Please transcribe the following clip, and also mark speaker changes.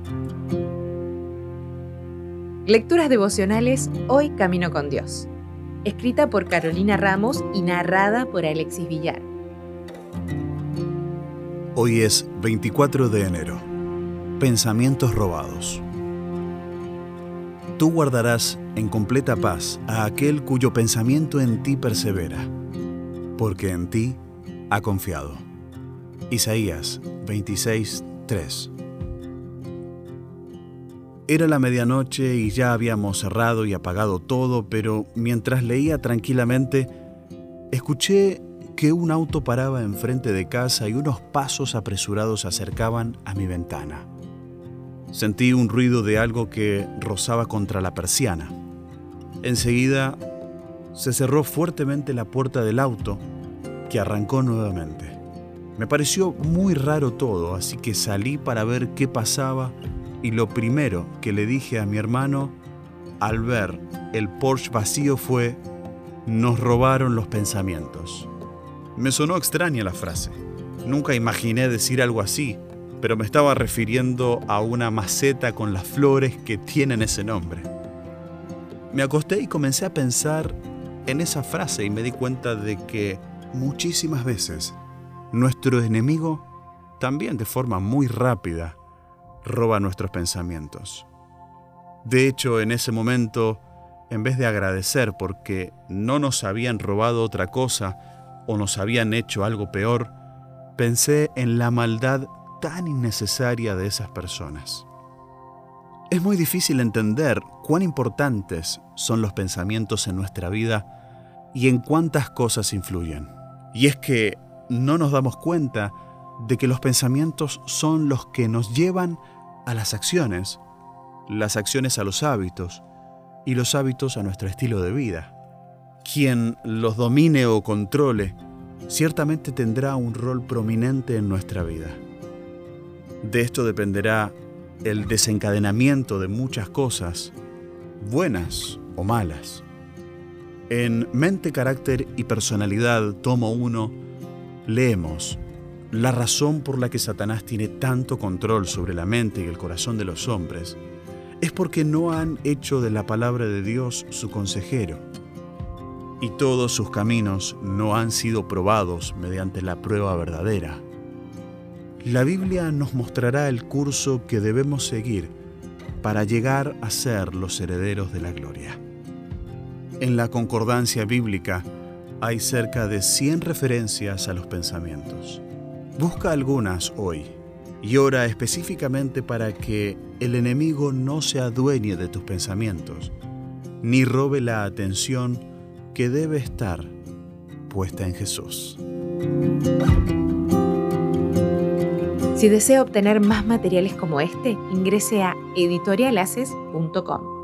Speaker 1: Lecturas devocionales Hoy Camino con Dios. Escrita por Carolina Ramos y narrada por Alexis Villar.
Speaker 2: Hoy es 24 de enero. Pensamientos robados. Tú guardarás en completa paz a aquel cuyo pensamiento en ti persevera, porque en ti ha confiado. Isaías 26:3. Era la medianoche y ya habíamos cerrado y apagado todo, pero mientras leía tranquilamente, escuché que un auto paraba enfrente de casa y unos pasos apresurados se acercaban a mi ventana. Sentí un ruido de algo que rozaba contra la persiana. Enseguida se cerró fuertemente la puerta del auto, que arrancó nuevamente. Me pareció muy raro todo, así que salí para ver qué pasaba. Y lo primero que le dije a mi hermano al ver el Porsche vacío fue: nos robaron los pensamientos. Me sonó extraña la frase. Nunca imaginé decir algo así, pero me estaba refiriendo a una maceta con las flores que tienen ese nombre. Me acosté y comencé a pensar en esa frase y me di cuenta de que muchísimas veces nuestro enemigo, también de forma muy rápida, roba nuestros pensamientos. De hecho, en ese momento, en vez de agradecer porque no nos habían robado otra cosa o nos habían hecho algo peor, pensé en la maldad tan innecesaria de esas personas. Es muy difícil entender cuán importantes son los pensamientos en nuestra vida y en cuántas cosas influyen. Y es que no nos damos cuenta de que los pensamientos son los que nos llevan a las acciones a los hábitos y los hábitos a nuestro estilo de vida. Quien los domine o controle ciertamente tendrá un rol prominente en nuestra vida. De esto dependerá el desencadenamiento de muchas cosas, buenas o malas. En Mente, Carácter y Personalidad, tomo 1, leemos: la razón por la que Satanás tiene tanto control sobre la mente y el corazón de los hombres es porque no han hecho de la palabra de Dios su consejero, y todos sus caminos no han sido probados mediante la prueba verdadera. La Biblia nos mostrará el curso que debemos seguir para llegar a ser los herederos de la gloria. En la concordancia bíblica hay cerca de 100 referencias a los pensamientos. Busca algunas hoy y ora específicamente para que el enemigo no se adueñe de tus pensamientos, ni robe la atención que debe estar puesta en Jesús.
Speaker 1: Si desea obtener más materiales como este, ingrese a editorialaces.com.